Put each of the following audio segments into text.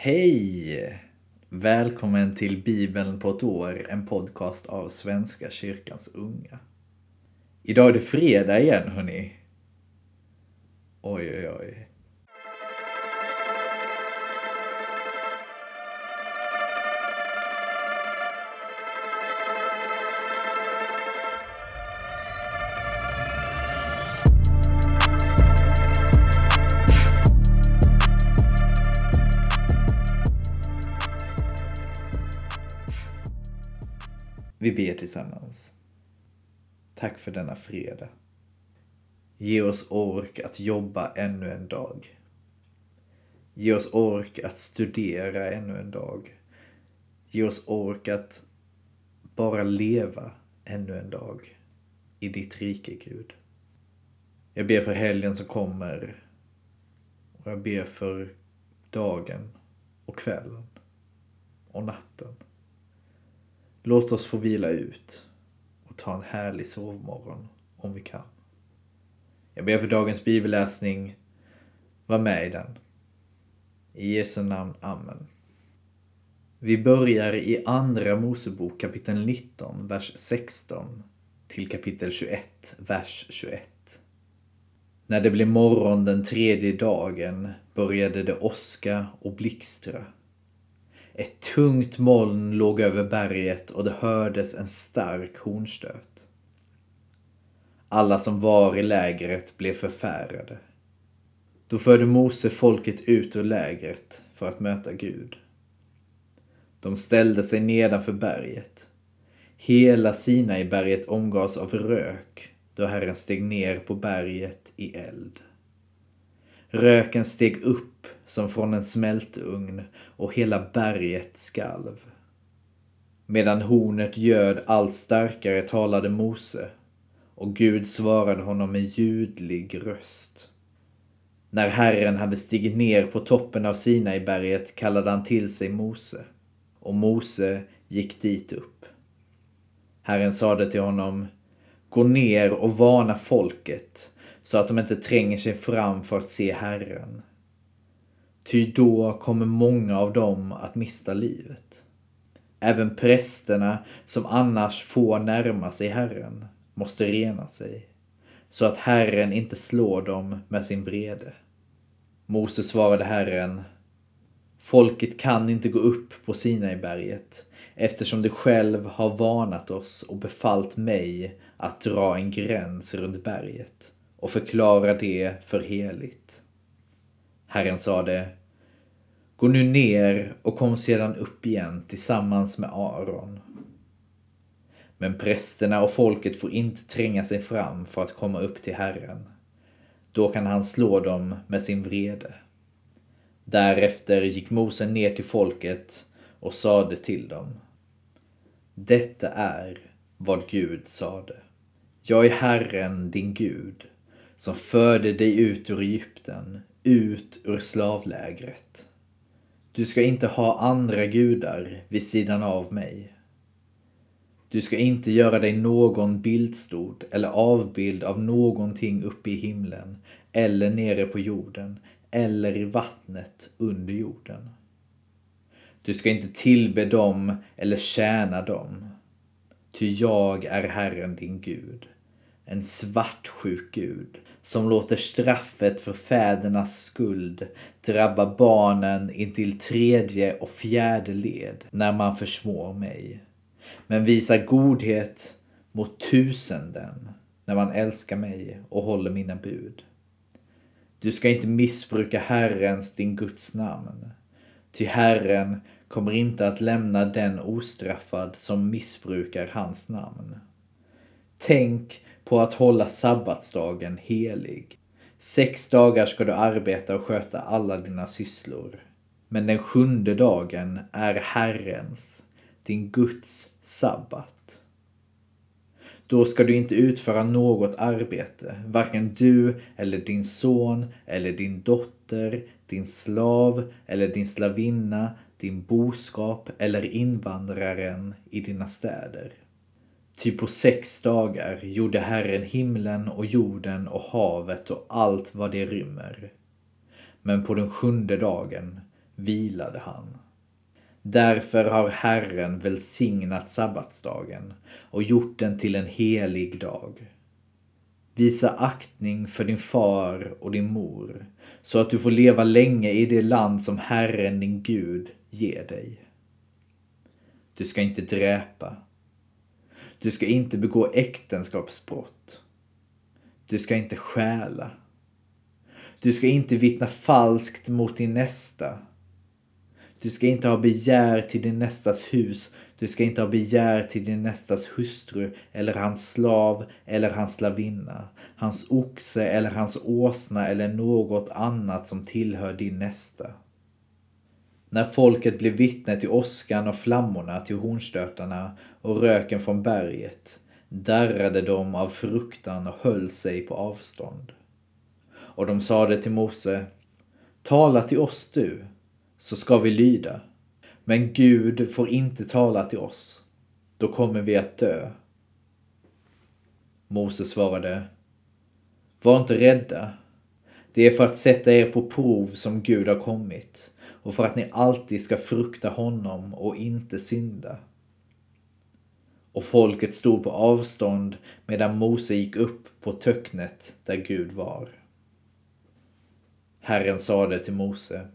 Hej! Välkommen till Bibeln på ett år, en podcast av Svenska kyrkans unga. Idag är det fredag igen, hörni. Oj. Vi ber tillsammans. Tack för denna fredag. Ge oss ork att jobba ännu en dag. Ge oss ork att studera ännu en dag. Ge oss ork att bara leva ännu en dag i ditt rike, Gud. Jag ber för helgen som kommer. Och jag ber för dagen och kvällen och natten. Låt oss få vila ut och ta en härlig sovmorgon om vi kan. Jag ber för dagens bibelläsning. Var med i den. I Jesu namn, amen. Vi börjar i andra Mosebok kapitel 19, vers 16 till kapitel 21, vers 21. När det blev morgon den tredje dagen började det åska och blixtra. Ett tungt moln låg över berget och det hördes en stark hornstöt. Alla som var i lägret blev förfärade. Då förde Mose folket ut ur lägret för att möta Gud. De ställde sig nedanför berget. Hela Sinaiberget omgavs av rök då Herren steg ner på berget i eld. Röken steg upp som från en smältugn och hela berget skalv. Medan hornet ljöd allt starkare talade Mose och Gud svarade honom med ljudlig röst. När Herren hade stigit ner på toppen av Sinaiberget kallade han till sig Mose och Mose gick dit upp. Herren sade till honom: gå ner och varna folket så att de inte tränger sig fram för att se Herren. Ty då kommer många av dem att mista livet. Även prästerna som annars får närma sig Herren måste rena sig, så att Herren inte slår dem med sin vrede. Mose svarade Herren: folket kan inte gå upp på Sinaiberget, eftersom du själv har varnat oss och befallt mig att dra en gräns runt berget och förklara det för heligt. Herren sade: gå nu ner och kom sedan upp igen tillsammans med Aaron. Men prästerna och folket får inte tränga sig fram för att komma upp till Herren. Då kan han slå dem med sin vrede. Därefter gick Mose ner till folket och sade till dem: detta är vad Gud sade. Jag är Herren din Gud, som förde dig ut ur Egypten, ut ur slavlägret. Du ska inte ha andra gudar vid sidan av mig. Du ska inte göra dig någon bildstod eller avbild av någonting uppe i himlen eller nere på jorden eller i vattnet under jorden. Du ska inte tillbe dem eller tjäna dem. Ty jag är Herren din Gud, en svartsjuk Gud som låter straffet för fädernas skuld drabba barnen intill 3:e och 4:e led när man försmår mig, men visar godhet mot 1000:den när man älskar mig och håller mina bud. Du ska inte missbruka Herrens din Guds namn, ty Herren kommer inte att lämna den ostraffad som missbrukar hans namn. Tänk på att hålla sabbatsdagen helig. 6 dagar ska du arbeta och sköta alla dina sysslor. Men den 7:e dagen är Herrens, din Guds sabbat. Då ska du inte utföra något arbete, varken du eller din son eller din dotter, din slav eller din slavinna, din boskap eller invandraren i dina städer. Ty på 6 dagar gjorde Herren himlen och jorden och havet och allt vad det rymmer. Men på den 7:e dagen vilade han. Därför har Herren välsignat sabbatsdagen och gjort den till en helig dag. Visa aktning för din far och din mor, så att du får leva länge i det land som Herren din Gud ger dig. Du ska inte dräpa. Du ska inte begå äktenskapsbrott. Du ska inte stjäla. Du ska inte vittna falskt mot din nästa. Du ska inte ha begär till din nästas hus. Du ska inte ha begär till din nästas hustru eller hans slav eller hans slavinna, hans oxe eller hans åsna eller något annat som tillhör din nästa. När folket blev vittne till åskan och flammorna, till hornstötarna och röken från berget, darrade de av fruktan och höll sig på avstånd. Och de sade till Mose: tala till oss du, så ska vi lyda. Men Gud får inte tala till oss. Då kommer vi att dö. Mose svarade: var inte rädda. Det är för att sätta er på prov som Gud har kommit, och för att ni alltid ska frukta honom och inte synda. Och folket stod på avstånd medan Mose gick upp på töcknet där Gud var. Herren sade till Mose: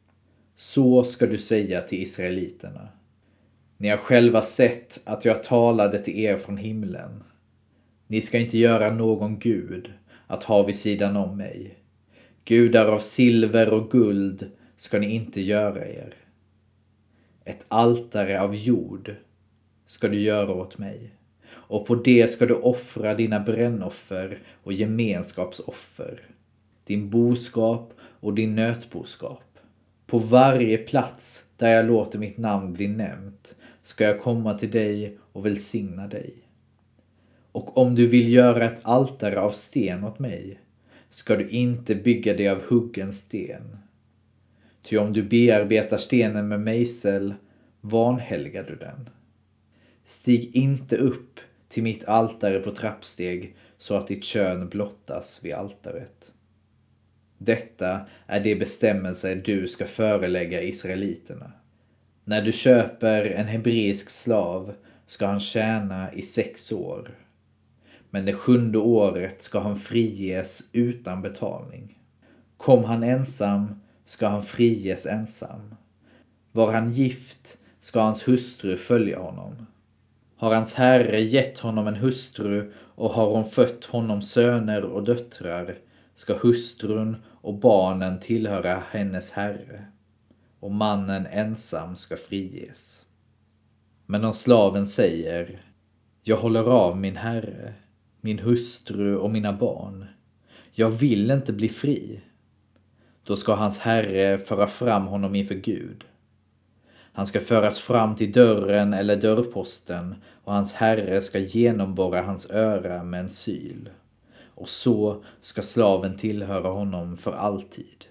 så ska du säga till israeliterna: ni har själva sett att jag talade till er från himlen. Ni ska inte göra någon gud att ha vid sidan om mig. Gudar av silver och guld ska ni inte göra er. Ett altare av jord ska du göra åt mig, och på det ska du offra dina brännoffer och gemenskapsoffer, din boskap och din nötboskap. På varje plats där jag låter mitt namn bli nämnt ska jag komma till dig och välsigna dig. Och om du vill göra ett altare av sten åt mig, ska du inte bygga det av huggen sten. Ty om du bearbetar stenen med mejsel, vanhelgar du den. Stig inte upp till mitt altare på trappsteg så att ditt kön blottas vid altaret. Detta är de bestämmelser du ska förelägga israeliterna. När du köper en hebreisk slav ska han tjäna i 6 år. Men det 7:e året ska han friges utan betalning. Kom han ensam ska han friges ensam. Var han gift ska hans hustru följa honom. Har hans herre gett honom en hustru och har hon fött honom söner och döttrar, ska hustrun och barnen tillhöra hennes herre, och mannen ensam ska friges. Men om slaven säger: jag håller av min herre, min hustru och mina barn, jag vill inte bli fri, då ska hans herre föra fram honom inför Gud. Han ska föras fram till dörren eller dörrposten, och hans herre ska genomborra hans öra med en syl. Och så ska slaven tillhöra honom för alltid.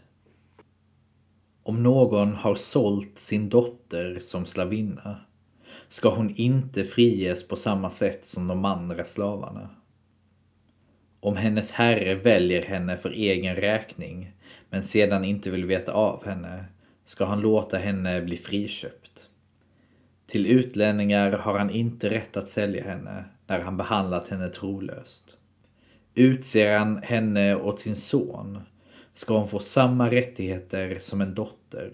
Om någon har sålt sin dotter som slavinna, ska hon inte friges på samma sätt som de andra slavarna. Om hennes herre väljer henne för egen räkning, men sedan inte vill veta av henne, ska han låta henne bli friköpt. Till utlänningar har han inte rätt att sälja henne när han behandlat henne trolöst. Utser han henne åt sin son, ska hon få samma rättigheter som en dotter.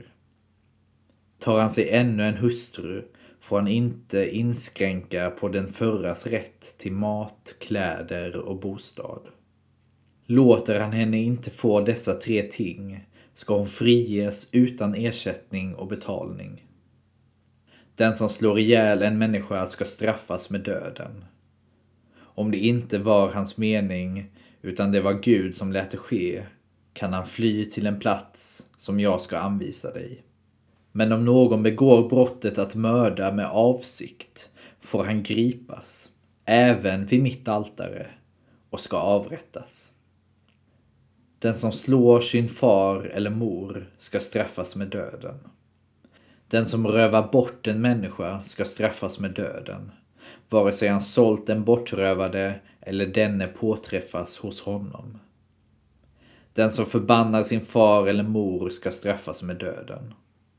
Tar han sig ännu en hustru, får han inte inskränka på den förras rätt till mat, kläder och bostad. Låter han henne inte få dessa 3 ting, ska hon friges utan ersättning och betalning. Den som slår ihjäl en människa ska straffas med döden. Om det inte var hans mening, utan det var Gud som lät det ske, kan han fly till en plats som jag ska anvisa dig. Men om någon begår brottet att mörda med avsikt, får han gripas, även vid mitt altare, och ska avrättas. Den som slår sin far eller mor ska straffas med döden. Den som rövar bort en människa ska straffas med döden, vare sig han sålt den bortrövade eller denne påträffas hos honom. Den som förbannar sin far eller mor ska straffas med döden.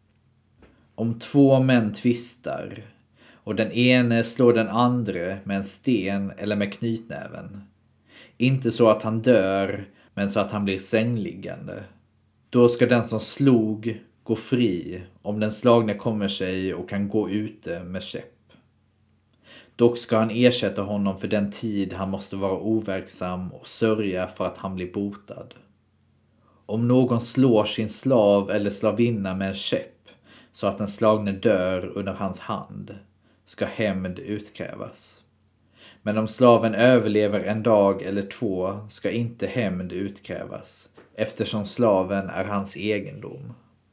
Om två män tvistar och den ene slår den andre med en sten eller med knytnäven, inte så att han dör, men så att han blir sängliggande, då ska den som slog gå fri om den slagne kommer sig och kan gå ute med käpp. Dock ska han ersätta honom för den tid han måste vara overksam och sörja för att han blir botad. Om någon slår sin slav eller slavinna med en käpp så att den slagne dör under hans hand, ska hämnd utkrävas. Men om slaven överlever en dag eller 2 ska inte hämnd utkrävas, eftersom slaven är hans egendom.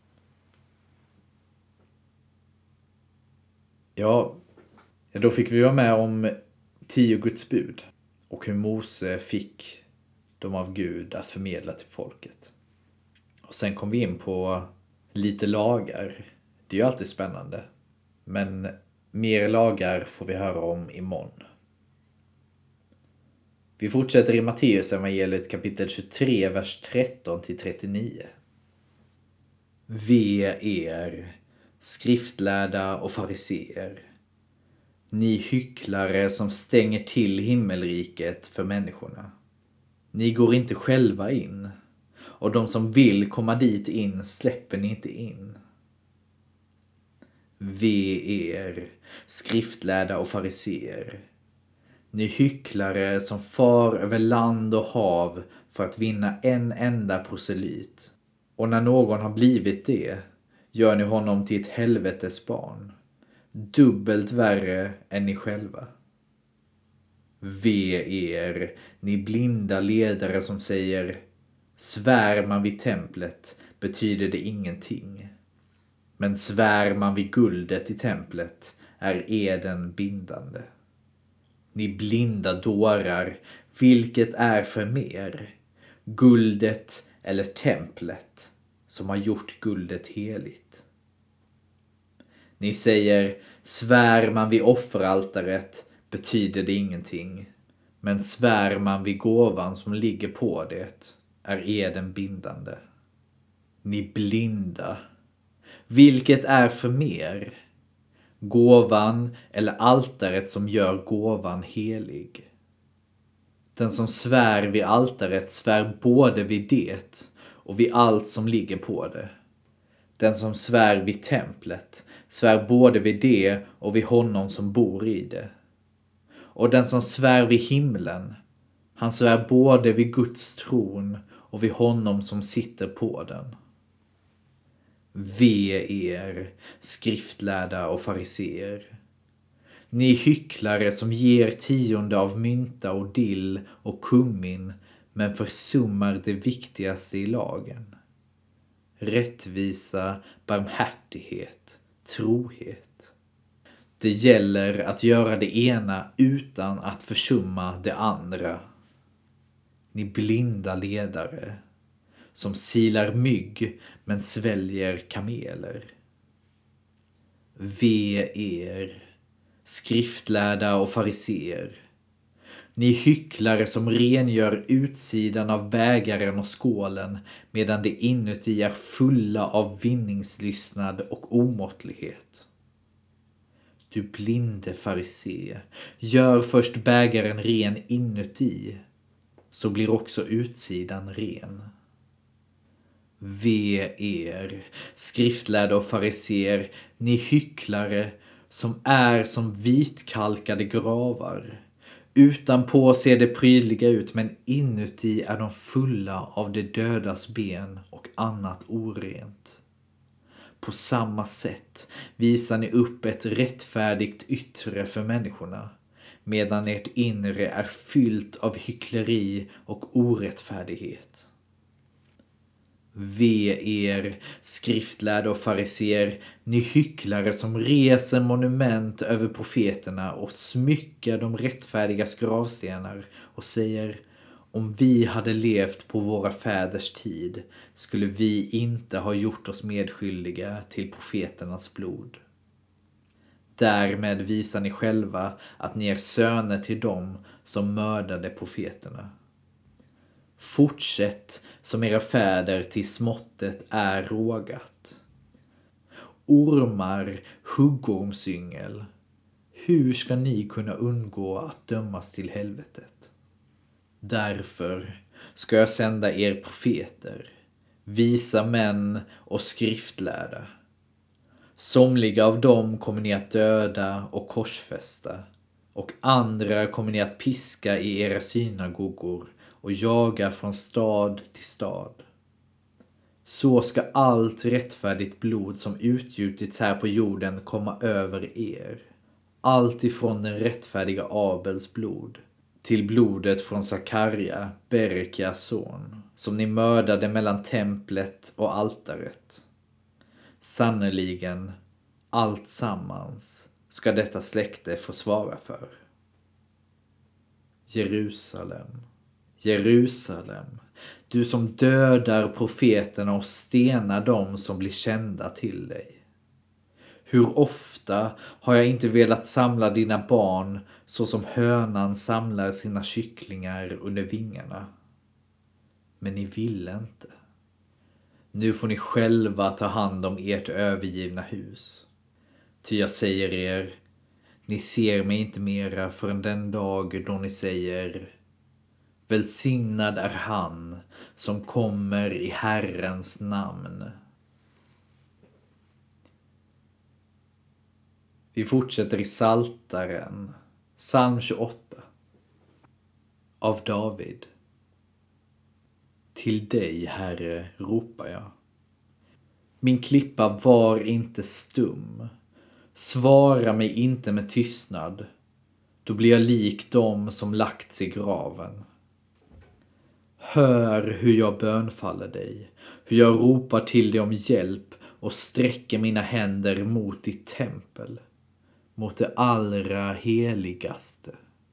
Ja, då fick vi vara med om 10 Guds bud och hur Mose fick dem av Gud att förmedla till folket. Och sen kom vi in på lite lagar. Det är ju alltid spännande. Men mer lagar får vi höra om imorgon. Vi fortsätter i Matteus evangeliet kapitel 23, vers 13-39. Ve er, skriftlärda och fariseer, ni hycklare som stänger till himmelriket för människorna. Ni går inte själva in, och de som vill komma dit in släpper ni inte in. Ve er, skriftlärda och fariseer, ni hycklare som far över land och hav för att vinna en enda proselyt. Och när någon har blivit det, gör ni honom till ett helvetes barn, dubbelt värre än ni själva. Ve er, ni blinda ledare som säger, svär man vid templet betyder det ingenting. Men svär man vid guldet i templet är eden bindande. Ni blinda dårar, vilket är för mer, guldet eller templet som har gjort guldet heligt? Ni säger, svär man vid offeraltaret betyder det ingenting. Men svär man vid gåvan som ligger på det är eden bindande. Ni blinda, vilket är för mer, gåvan eller altaret som gör gåvan helig? Den som svär vid altaret svär både vid det och vid allt som ligger på det. Den som svär vid templet svär både vid det och vid honom som bor i det. Och den som svär vid himlen, han svär både vid Guds tron och vid honom som sitter på den. Ve er, skriftlärda och fariseer, ni hycklare som ger 10 av mynta och dill och kummin, men försummar det viktigaste i lagen: rättvisa, barmhärtighet, trohet. Det gäller att göra det ena utan att försumma det andra. Ni blinda ledare som silar mygg men sväljer kameler. Ve er, skriftlärda och fariseer, ni hycklare som rengör utsidan av bägaren och skålen medan det inuti är fulla av vinningslystnad och omåttlighet. Du blinde farisé, gör först bägaren ren inuti, så blir också utsidan ren. Ve er, skriftlärda och fariseer, ni hycklare som är som vitkalkade gravar. Utanpå ser det prydliga ut, men inuti är de fulla av det dödas ben och annat orent. På samma sätt visar ni upp ett rättfärdigt yttre för människorna, medan ert inre är fyllt av hyckleri och orättfärdighet. Ve er, skriftlärda och fariseer, ni hycklare som reser monument över profeterna och smyckar de rättfärdigas gravstenar och säger, om vi hade levt på våra fäders tid skulle vi inte ha gjort oss medskyldiga till profeternas blod. Därmed visar ni själva att ni är söner till dem som mördade profeterna. Fortsätt som era fäder tills måttet är rågat. ormar, huggormsyngel. Hur ska ni kunna undgå att dömas till helvetet? Därför ska jag sända er profeter, visa män och skriftlärda. Somliga av dem kommer ni att döda och korsfästa, och andra kommer ni att piska i era synagogor och jaga från stad till stad. Så ska allt rättfärdigt blod som utgjutits här på jorden komma över er. Allt ifrån den rättfärdiga Abels blod till blodet från Sakarja, Berkias son, som ni mördade mellan templet och altaret. Sannerligen, allt sammans ska detta släkte få svara för. Jerusalem, Jerusalem, du som dödar profeterna och stenar dem som blir kända till dig. Hur ofta har jag inte velat samla dina barn så som hönan samlar sina kycklingar under vingarna. Men ni ville inte. Nu får ni själva ta hand om ert övergivna hus. Ty jag säger er, ni ser mig inte mera förrän den dag då ni säger: välsignad är han som kommer i Herrens namn. Vi fortsätter i Psaltaren, psalm 28. Av David. Till dig, Herre, ropar jag. Min klippa var inte stum. Svara mig inte med tystnad. Då blir jag lik dem som lagts i graven. Hör hur jag bönfaller dig, hur jag ropar till dig om hjälp och sträcker mina händer mot ditt tempel, mot det allra heligaste.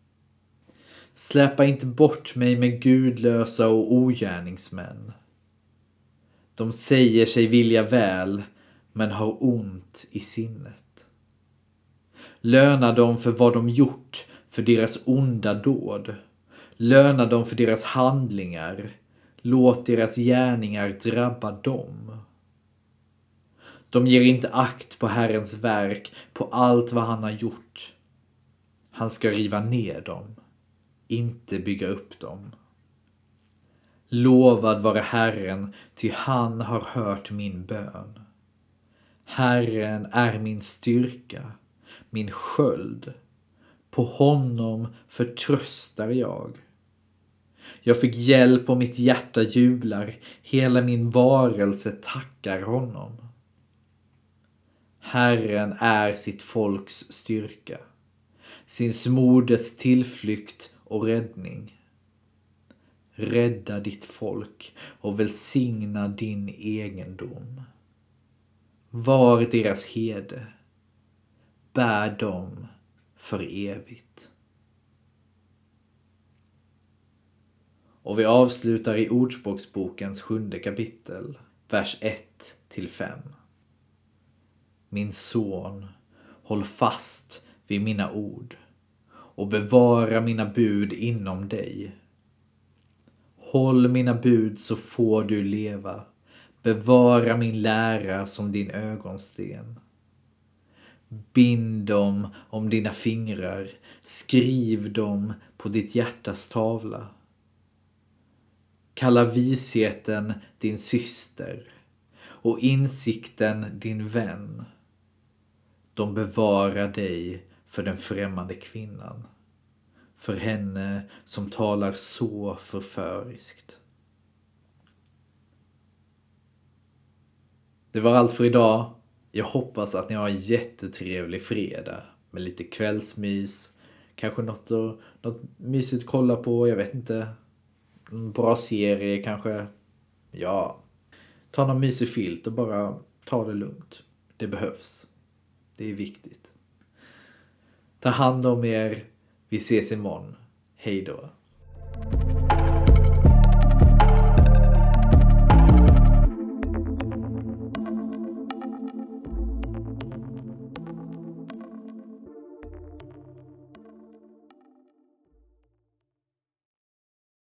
Släpa inte bort mig med gudlösa och ogärningsmän. De säger sig vilja väl, men har ont i sinnet. Löna dem för vad de gjort, för deras onda dåd. Löna dem för deras handlingar. Låt deras gärningar drabba dem. De ger inte akt på Herrens verk, på allt vad han har gjort. Han ska riva ner dem, inte bygga upp dem. Lovad vare Herren, ty han har hört min bön. Herren är min styrka, min sköld. På honom förtröstar jag. Jag fick hjälp och mitt hjärta jublar, hela min varelse tackar honom. Herren är sitt folks styrka, sin smordes tillflykt och räddning. Rädda ditt folk och välsigna din egendom. Var deras herde, bär dem för evigt. Och vi avslutar i Ordspråksbokens 7:e kapitel, vers 1-5. Min son, håll fast vid mina ord och bevara mina bud inom dig. Håll mina bud så får du leva. Bevara min lära som din ögonsten. Bind dem om dina fingrar. Skriv dem på ditt hjärtas tavla. Kalla visheten din syster och insikten din vän. De bevarar dig för den främmande kvinnan, för henne som talar så förföriskt. Det var allt för idag. Jag hoppas att ni har en jättetrevlig fredag med lite kvällsmys, kanske något mysigt att kolla på, jag vet inte. En bra serie kanske. Ja, ta någon mysig filt och bara ta det lugnt. Det behövs. Det är viktigt. Ta hand om er. Vi ses imorgon. Hej då.